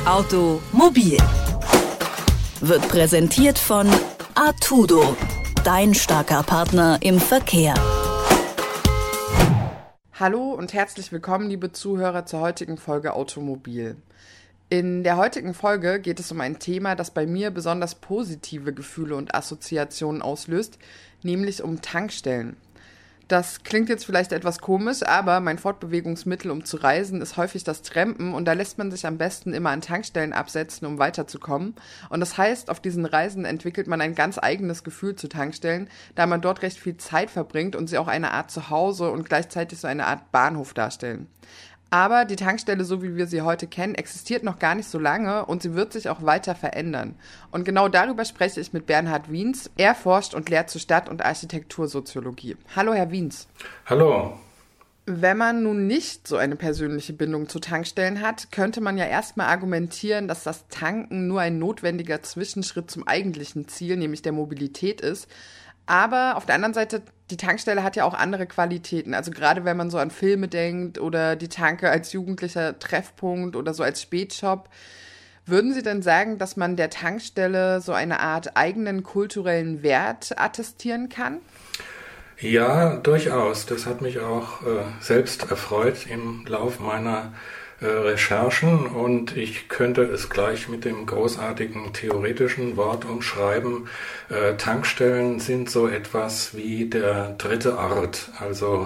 Automobil wird präsentiert von Artudo, dein starker Partner im Verkehr. Hallo und herzlich willkommen, liebe Zuhörer, zur heutigen Folge Automobil. In der heutigen Folge geht es um ein Thema, das bei mir besonders positive Gefühle und Assoziationen auslöst, nämlich um Tankstellen. Das klingt jetzt vielleicht etwas komisch, aber mein Fortbewegungsmittel, um zu reisen, ist häufig das Trampen und da lässt man sich am besten immer an Tankstellen absetzen, um weiterzukommen. Und das heißt, auf diesen Reisen entwickelt man ein ganz eigenes Gefühl zu Tankstellen, da man dort recht viel Zeit verbringt und sie auch eine Art Zuhause und gleichzeitig so eine Art Bahnhof darstellen. Aber die Tankstelle, so wie wir sie heute kennen, existiert noch gar nicht so lange und sie wird sich auch weiter verändern. Und genau darüber spreche ich mit Bernhard Wiens. Er forscht und lehrt zur Stadt- und Architektursoziologie. Hallo, Herr Wiens. Hallo. Wenn man nun nicht so eine persönliche Bindung zu Tankstellen hat, könnte man ja erstmal argumentieren, dass das Tanken nur ein notwendiger Zwischenschritt zum eigentlichen Ziel, nämlich der Mobilität ist. Aber auf der anderen Seite, die Tankstelle hat ja auch andere Qualitäten. Also gerade wenn man so an Filme denkt oder die Tanke als jugendlicher Treffpunkt oder so als Spätshop. Würden Sie denn sagen, dass man der Tankstelle so eine Art eigenen kulturellen Wert attestieren kann? Ja, durchaus. Das hat mich auch selbst erfreut im Lauf meiner Recherchen und ich könnte es gleich mit dem großartigen theoretischen Wort umschreiben. Tankstellen sind so etwas wie der dritte Ort, also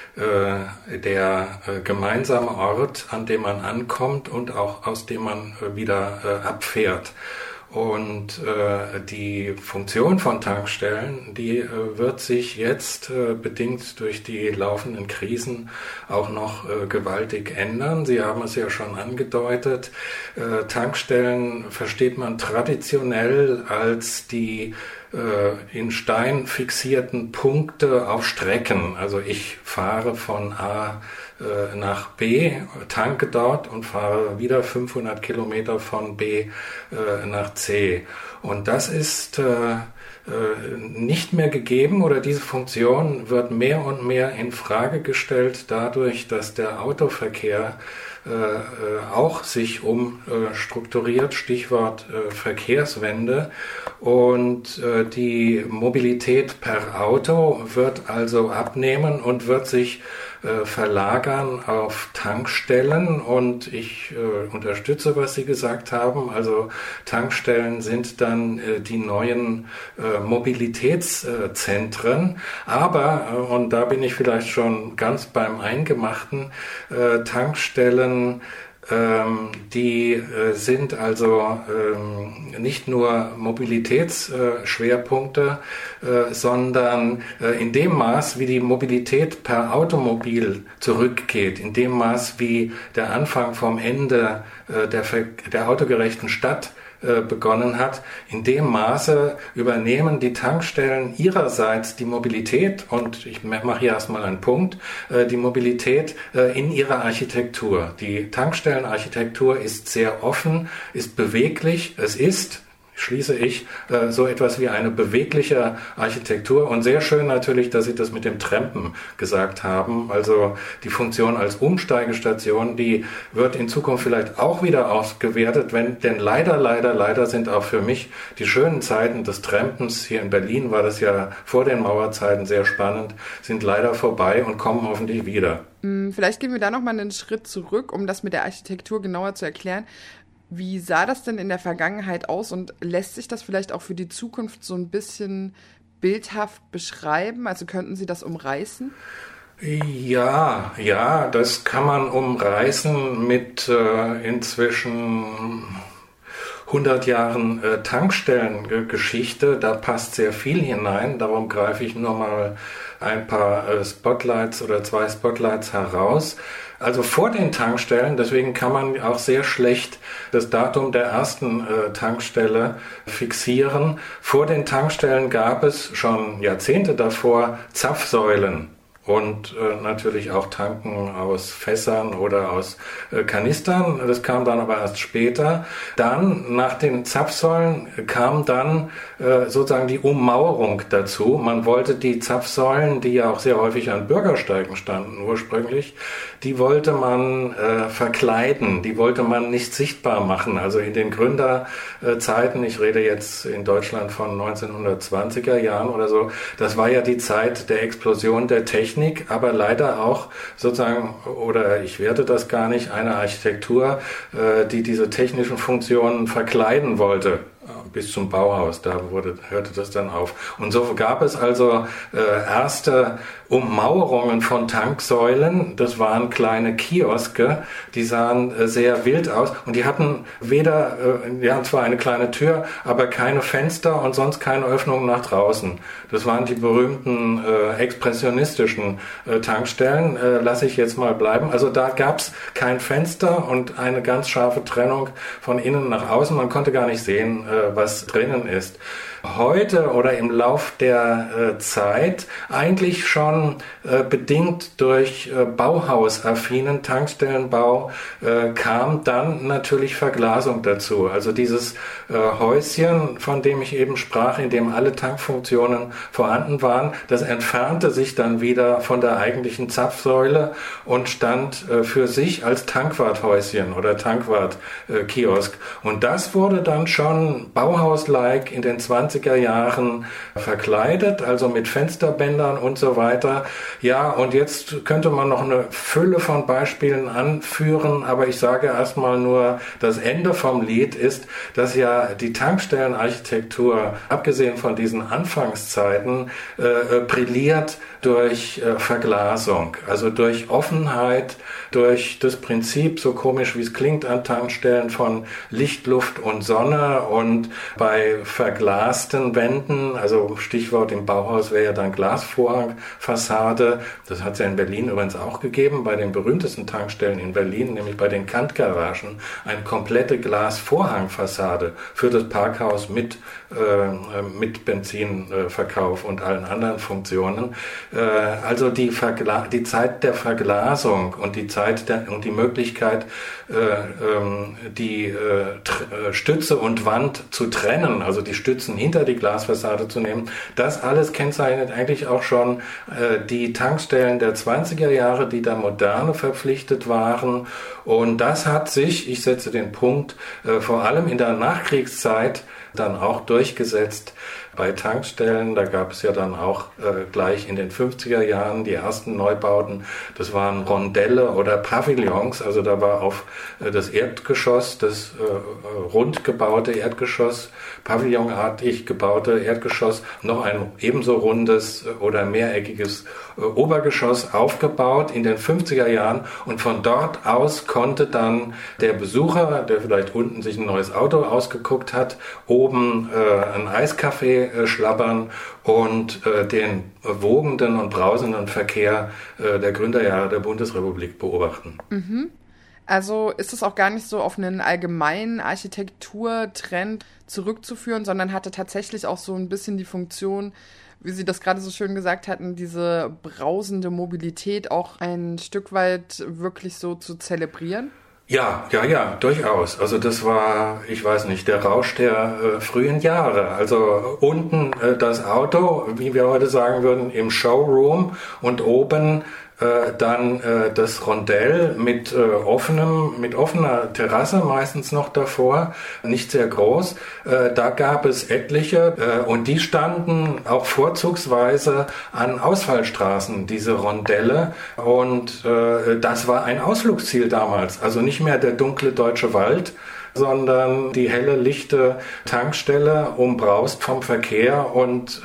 der gemeinsame Ort, an dem man ankommt und auch aus dem man wieder abfährt. Und die Funktion von Tankstellen, die wird sich jetzt bedingt durch die laufenden Krisen auch noch gewaltig ändern. Sie haben es ja schon angedeutet. Tankstellen versteht man traditionell als die in Stein fixierten Punkte auf Strecken. Also ich fahre von A nach B, tanke dort und fahre wieder 500 Kilometer von B nach C. Und das ist nicht mehr gegeben oder diese Funktion wird mehr und mehr in Frage gestellt dadurch, dass der Autoverkehr auch sich umstrukturiert, Stichwort Verkehrswende. Und die Mobilität per Auto wird also abnehmen und wird sich verlagern auf Tankstellen und ich unterstütze, was Sie gesagt haben. Also Tankstellen sind dann die neuen Mobilitätszentren. Aber, und da bin ich vielleicht schon ganz beim Eingemachten, Tankstellen, die sind also nicht nur Mobilitätsschwerpunkte, sondern in dem Maß, wie die Mobilität per Automobil zurückgeht, in dem Maß, wie der Anfang vom Ende der autogerechten Stadt begonnen hat, in dem Maße übernehmen die Tankstellen ihrerseits die Mobilität, und ich mache hier erstmal einen Punkt, die Mobilität in ihrer Architektur. Die Tankstellenarchitektur ist sehr offen, ist beweglich, es ist, schließe ich, so etwas wie eine bewegliche Architektur. Und sehr schön natürlich, dass Sie das mit dem Trampen gesagt haben. Also die Funktion als Umsteigestation, die wird in Zukunft vielleicht auch wieder ausgewertet, denn leider sind auch für mich die schönen Zeiten des Trampens, hier in Berlin war das ja vor den Mauerzeiten sehr spannend, sind leider vorbei und kommen hoffentlich wieder. Vielleicht gehen wir da nochmal einen Schritt zurück, um das mit der Architektur genauer zu erklären. Wie sah das denn in der Vergangenheit aus und lässt sich das vielleicht auch für die Zukunft so ein bisschen bildhaft beschreiben? Also könnten Sie das umreißen? Ja, das kann man umreißen mit inzwischen 100 Jahren Tankstellengeschichte. Da passt sehr viel hinein. Darum greife ich nur mal ein paar Spotlights oder 2 Spotlights heraus. Also vor den Tankstellen, deswegen kann man auch sehr schlecht das Datum der ersten Tankstelle fixieren. Vor den Tankstellen gab es schon Jahrzehnte davor Zapfsäulen. und natürlich auch Tanken aus Fässern oder aus Kanistern. Das kam dann aber erst später. Dann, nach den Zapfsäulen, kam dann sozusagen die Ummauerung dazu. Man wollte die Zapfsäulen, die ja auch sehr häufig an Bürgersteigen standen ursprünglich, die wollte man verkleiden, die wollte man nicht sichtbar machen. Also in den Gründerzeiten, ich rede jetzt in Deutschland von 1920er Jahren oder so, das war ja die Zeit der Explosion der Technik, aber leider auch sozusagen, oder ich werte das gar nicht, eine Architektur, die diese technischen Funktionen verkleiden wollte. Bis zum Bauhaus, da hörte das dann auf. Und so gab es also erste Ummauerungen von Tanksäulen. Das waren kleine Kioske, die sahen sehr wild aus und die hatten die hatten zwar eine kleine Tür, aber keine Fenster und sonst keine Öffnung nach draußen. Das waren die berühmten expressionistischen Tankstellen, lasse ich jetzt mal bleiben. Also da gab's kein Fenster und eine ganz scharfe Trennung von innen nach außen. Man konnte gar nicht sehen, was drinnen ist. Heute oder im Lauf der Zeit, eigentlich schon bedingt durch bauhausaffinen Tankstellenbau, kam dann natürlich Verglasung dazu. Also dieses Häuschen, von dem ich eben sprach, in dem alle Tankfunktionen vorhanden waren, das entfernte sich dann wieder von der eigentlichen Zapfsäule und stand für sich als Tankwarthäuschen oder Tankwartkiosk. Und das wurde dann schon Bauhaus-like in den 20er Jahren verkleidet, also mit Fensterbändern und so weiter. Ja, und jetzt könnte man noch eine Fülle von Beispielen anführen, aber ich sage erstmal nur, das Ende vom Lied ist, dass ja die Tankstellenarchitektur, abgesehen von diesen Anfangszeiten, brilliert durch Verglasung, also durch Offenheit, durch das Prinzip, so komisch wie es klingt an Tankstellen, von Licht, Luft und Sonne, und bei verglasten Wänden, also Stichwort im Bauhaus wäre ja dann Glasvorhangfassade, das hat es ja in Berlin übrigens auch gegeben, bei den berühmtesten Tankstellen in Berlin, nämlich bei den Kantgaragen, eine komplette Glasvorhangfassade für das Parkhaus mit Benzinverkauf und allen anderen Funktionen. Also die Zeit der Verglasung und die Zeit und die Möglichkeit, die Stütze und Wand zu trennen, also die Stützen hinter die Glasfassade zu nehmen, das alles kennzeichnet eigentlich auch schon die Tankstellen der 20er Jahre, die der Moderne verpflichtet waren. Und das hat sich, ich setze den Punkt, vor allem in der Nachkriegszeit dann auch durchgesetzt bei Tankstellen. Da gab es ja dann auch gleich in den 50er Jahren die ersten Neubauten. Das waren Rondelle oder Pavillons. Also da war auf das Erdgeschoss, das rund gebaute Erdgeschoss, pavillonartig gebaute Erdgeschoss, noch ein ebenso rundes oder mehreckiges Obergeschoss aufgebaut in den 50er Jahren. Und von dort aus konnte dann der Besucher, der vielleicht unten sich ein neues Auto ausgeguckt hat, oben ein Eiskaffee schlabbern und den wogenden und brausenden Verkehr der Gründerjahre der Bundesrepublik beobachten. Mhm. Also ist es auch gar nicht so auf einen allgemeinen Architekturtrend zurückzuführen, sondern hatte tatsächlich auch so ein bisschen die Funktion, wie Sie das gerade so schön gesagt hatten, diese brausende Mobilität auch ein Stück weit wirklich so zu zelebrieren? Ja, durchaus. Also das war, ich weiß nicht, der Rausch der frühen Jahre. Also unten das Auto, wie wir heute sagen würden, im Showroom, und oben dann das Rondell mit offener Terrasse meistens noch davor, nicht sehr groß. Da gab es etliche und die standen auch vorzugsweise an Ausfallstraßen, diese Rondelle. Und das war ein Ausflugsziel damals. Also nicht mehr der dunkle deutsche Wald, sondern die helle, lichte Tankstelle, umbraust vom Verkehr. Und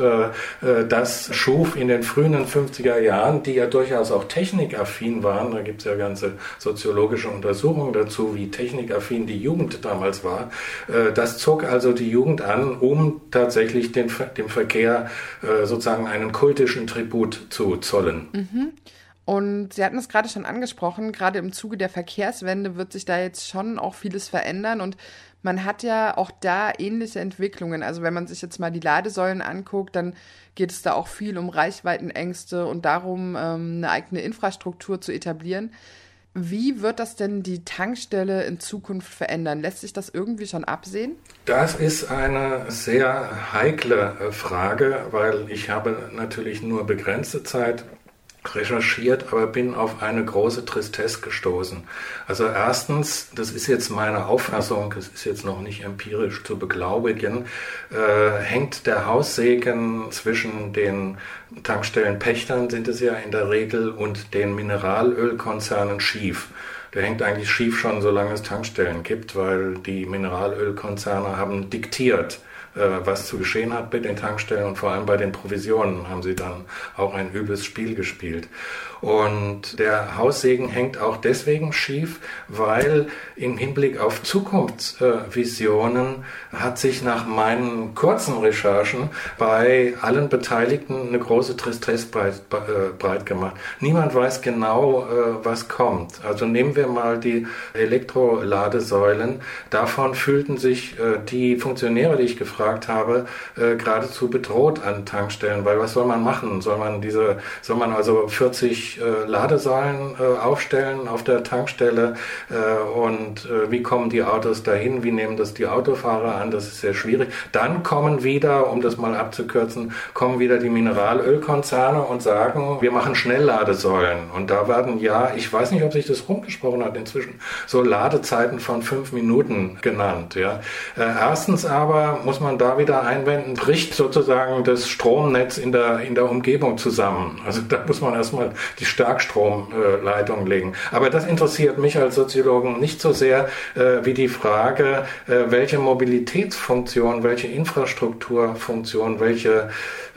das schuf in den frühen 50er Jahren, die ja durchaus auch technikaffin waren, da gibt es ja ganze soziologische Untersuchungen dazu, wie technikaffin die Jugend damals war, das zog also die Jugend an, um tatsächlich dem Verkehr sozusagen einen kultischen Tribut zu zollen. Mhm. Und Sie hatten es gerade schon angesprochen, gerade im Zuge der Verkehrswende wird sich da jetzt schon auch vieles verändern und man hat ja auch da ähnliche Entwicklungen. Also wenn man sich jetzt mal die Ladesäulen anguckt, dann geht es da auch viel um Reichweitenängste und darum, eine eigene Infrastruktur zu etablieren. Wie wird das denn die Tankstelle in Zukunft verändern? Lässt sich das irgendwie schon absehen? Das ist eine sehr heikle Frage, weil ich habe natürlich nur begrenzte Zeit recherchiert, aber bin auf eine große Tristesse gestoßen. Also erstens, das ist jetzt meine Auffassung, es ist jetzt noch nicht empirisch zu beglaubigen, hängt der Haussegen zwischen den Tankstellenpächtern, sind es ja in der Regel, und den Mineralölkonzernen schief. Der hängt eigentlich schief schon, solange es Tankstellen gibt, weil die Mineralölkonzerne haben diktiert, was zu geschehen hat bei den Tankstellen, und vor allem bei den Provisionen haben sie dann auch ein übles Spiel gespielt. Und der Haussegen hängt auch deswegen schief, weil im Hinblick auf Zukunftsvisionen hat sich nach meinen kurzen Recherchen bei allen Beteiligten eine große Tristesse breit gemacht. Niemand weiß genau, was kommt. Also nehmen wir mal die Elektroladesäulen. Davon fühlten sich die Funktionäre, die ich gefragt habe, geradezu bedroht an Tankstellen, weil was soll man machen? Soll man also 40 Ladesäulen aufstellen auf der Tankstelle und wie kommen die Autos dahin? Wie nehmen das die Autofahrer an? Das ist sehr schwierig. Dann kommen wieder, um das mal abzukürzen, die Mineralölkonzerne und sagen, wir machen Schnellladesäulen. Und da werden ich weiß nicht, ob sich das rumgesprochen hat inzwischen, so Ladezeiten von 5 Minuten genannt. Ja. Erstens aber muss man da wieder einwenden, bricht sozusagen das Stromnetz in der Umgebung zusammen. Also da muss man erstmal die Starkstromleitung legen. Aber das interessiert mich als Soziologen nicht so sehr wie die Frage, welche Mobilitätsfunktion, welche Infrastrukturfunktion, welche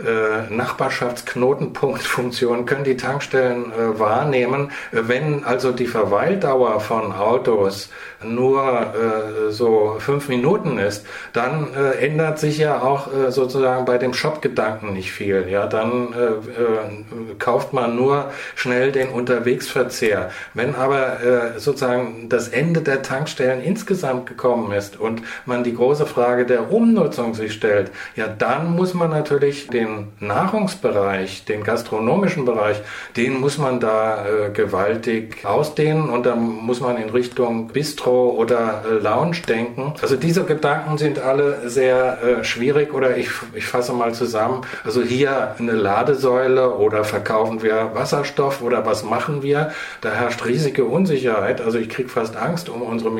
Nachbarschaftsknotenpunktfunktion können die Tankstellen wahrnehmen, wenn also die Verweildauer von Autos nur so 5 Minuten ist, dann ändert sich ja auch sozusagen bei dem Shop-Gedanken nicht viel. Ja, dann kauft man nur schnell den Unterwegsverzehr. Wenn aber sozusagen das Ende der Tankstellen insgesamt gekommen ist und man die große Frage der Umnutzung sich stellt, ja, dann muss man natürlich den Nahrungsbereich, den gastronomischen Bereich, den muss man da gewaltig ausdehnen und dann muss man in Richtung Bistro oder Lounge denken. Also diese Gedanken sind alle sehr schwierig, oder ich fasse mal zusammen. Also hier eine Ladesäule, oder verkaufen wir Wasserstoff, oder was machen wir? Da herrscht riesige Unsicherheit. Also ich kriege fast Angst um unsere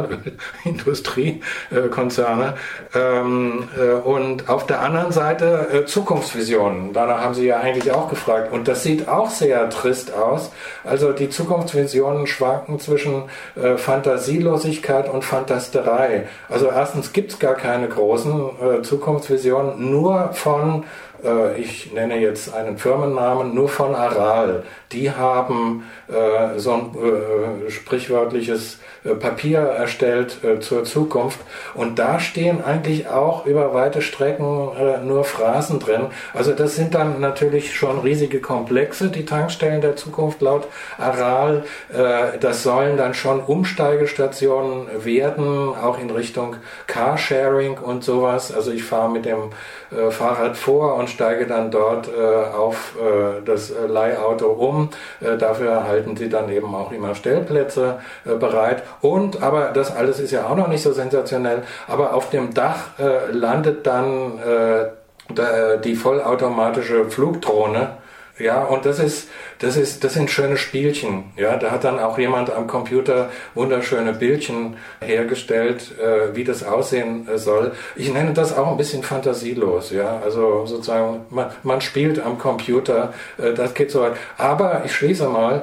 Mineralölindustriekonzerne. Und auf der anderen Seite Zukunftsvisionen. Danach haben Sie ja eigentlich auch gefragt. Und das sieht auch sehr trist aus. Also die Zukunftsvisionen schwanken zwischen Fantasielosigkeit und Fantasterei. Also erstens gibt es gar keine großen Zukunftsvisionen, nur von, ich nenne jetzt einen Firmennamen, nur von Aral. Die haben so ein sprichwörtliches Papier erstellt zur Zukunft, und da stehen eigentlich auch über weite Strecken nur Phrasen drin. Also das sind dann natürlich schon riesige Komplexe, die Tankstellen der Zukunft laut Aral. Das sollen dann schon Umsteigestationen werden, auch in Richtung Carsharing und sowas. Also ich fahre mit dem Fahrrad vor und steige dann dort auf das Leihauto um. Dafür erhalten sie dann eben auch immer Stellplätze bereit. Und, aber das alles ist ja auch noch nicht so sensationell, aber auf dem Dach landet dann die vollautomatische Flugdrohne. Ja, und das sind schöne Spielchen. Ja, da hat dann auch jemand am Computer wunderschöne Bildchen hergestellt, wie das aussehen soll. Ich nenne das auch ein bisschen fantasielos. Ja, also sozusagen, man spielt am Computer, das geht so weit. Aber ich schließe mal,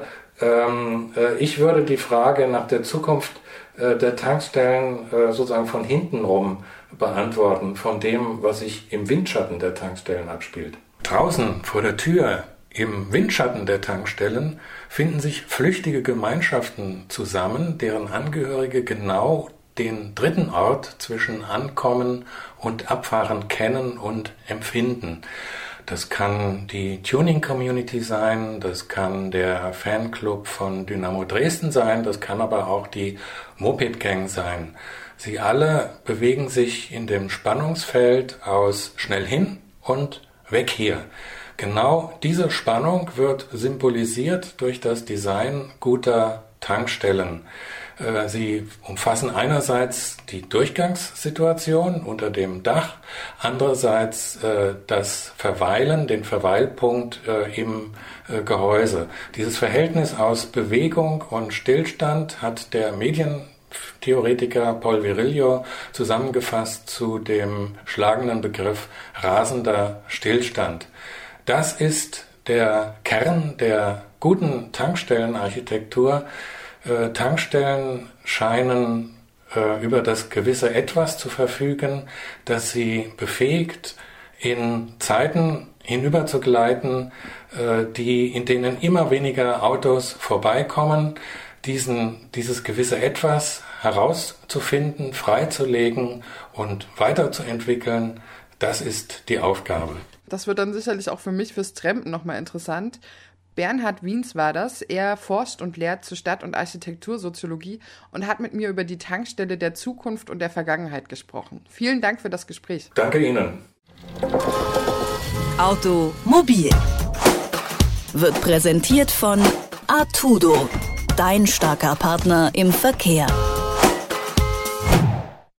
ich würde die Frage nach der Zukunft der Tankstellen sozusagen von hinten rum beantworten, von dem, was sich im Windschatten der Tankstellen abspielt. Draußen vor der Tür, im Windschatten der Tankstellen, finden sich flüchtige Gemeinschaften zusammen, deren Angehörige genau den dritten Ort zwischen Ankommen und Abfahren kennen und empfinden. Das kann die Tuning-Community sein, das kann der Fanclub von Dynamo Dresden sein, das kann aber auch die Moped-Gang sein. Sie alle bewegen sich in dem Spannungsfeld aus schnell hin und weg hier. Genau diese Spannung wird symbolisiert durch das Design guter Tankstellen. Sie umfassen einerseits die Durchgangssituation unter dem Dach, andererseits das Verweilen, den Verweilpunkt im Gehäuse. Dieses Verhältnis aus Bewegung und Stillstand hat der Medientheoretiker Paul Virilio zusammengefasst zu dem schlagenden Begriff rasender Stillstand. Das ist der Kern der guten Tankstellenarchitektur. Tankstellen scheinen über das gewisse Etwas zu verfügen, das sie befähigt, in Zeiten hinüberzugleiten, in denen immer weniger Autos vorbeikommen, dieses gewisse Etwas herauszufinden, freizulegen und weiterzuentwickeln. Das ist die Aufgabe. Das wird dann sicherlich auch für mich fürs Trampen nochmal interessant. Bernhard Wiens war das. Er forscht und lehrt zur Stadt- und Architektursoziologie und hat mit mir über die Tankstelle der Zukunft und der Vergangenheit gesprochen. Vielen Dank für das Gespräch. Danke Ihnen. Automobil wird präsentiert von Artudo, dein starker Partner im Verkehr.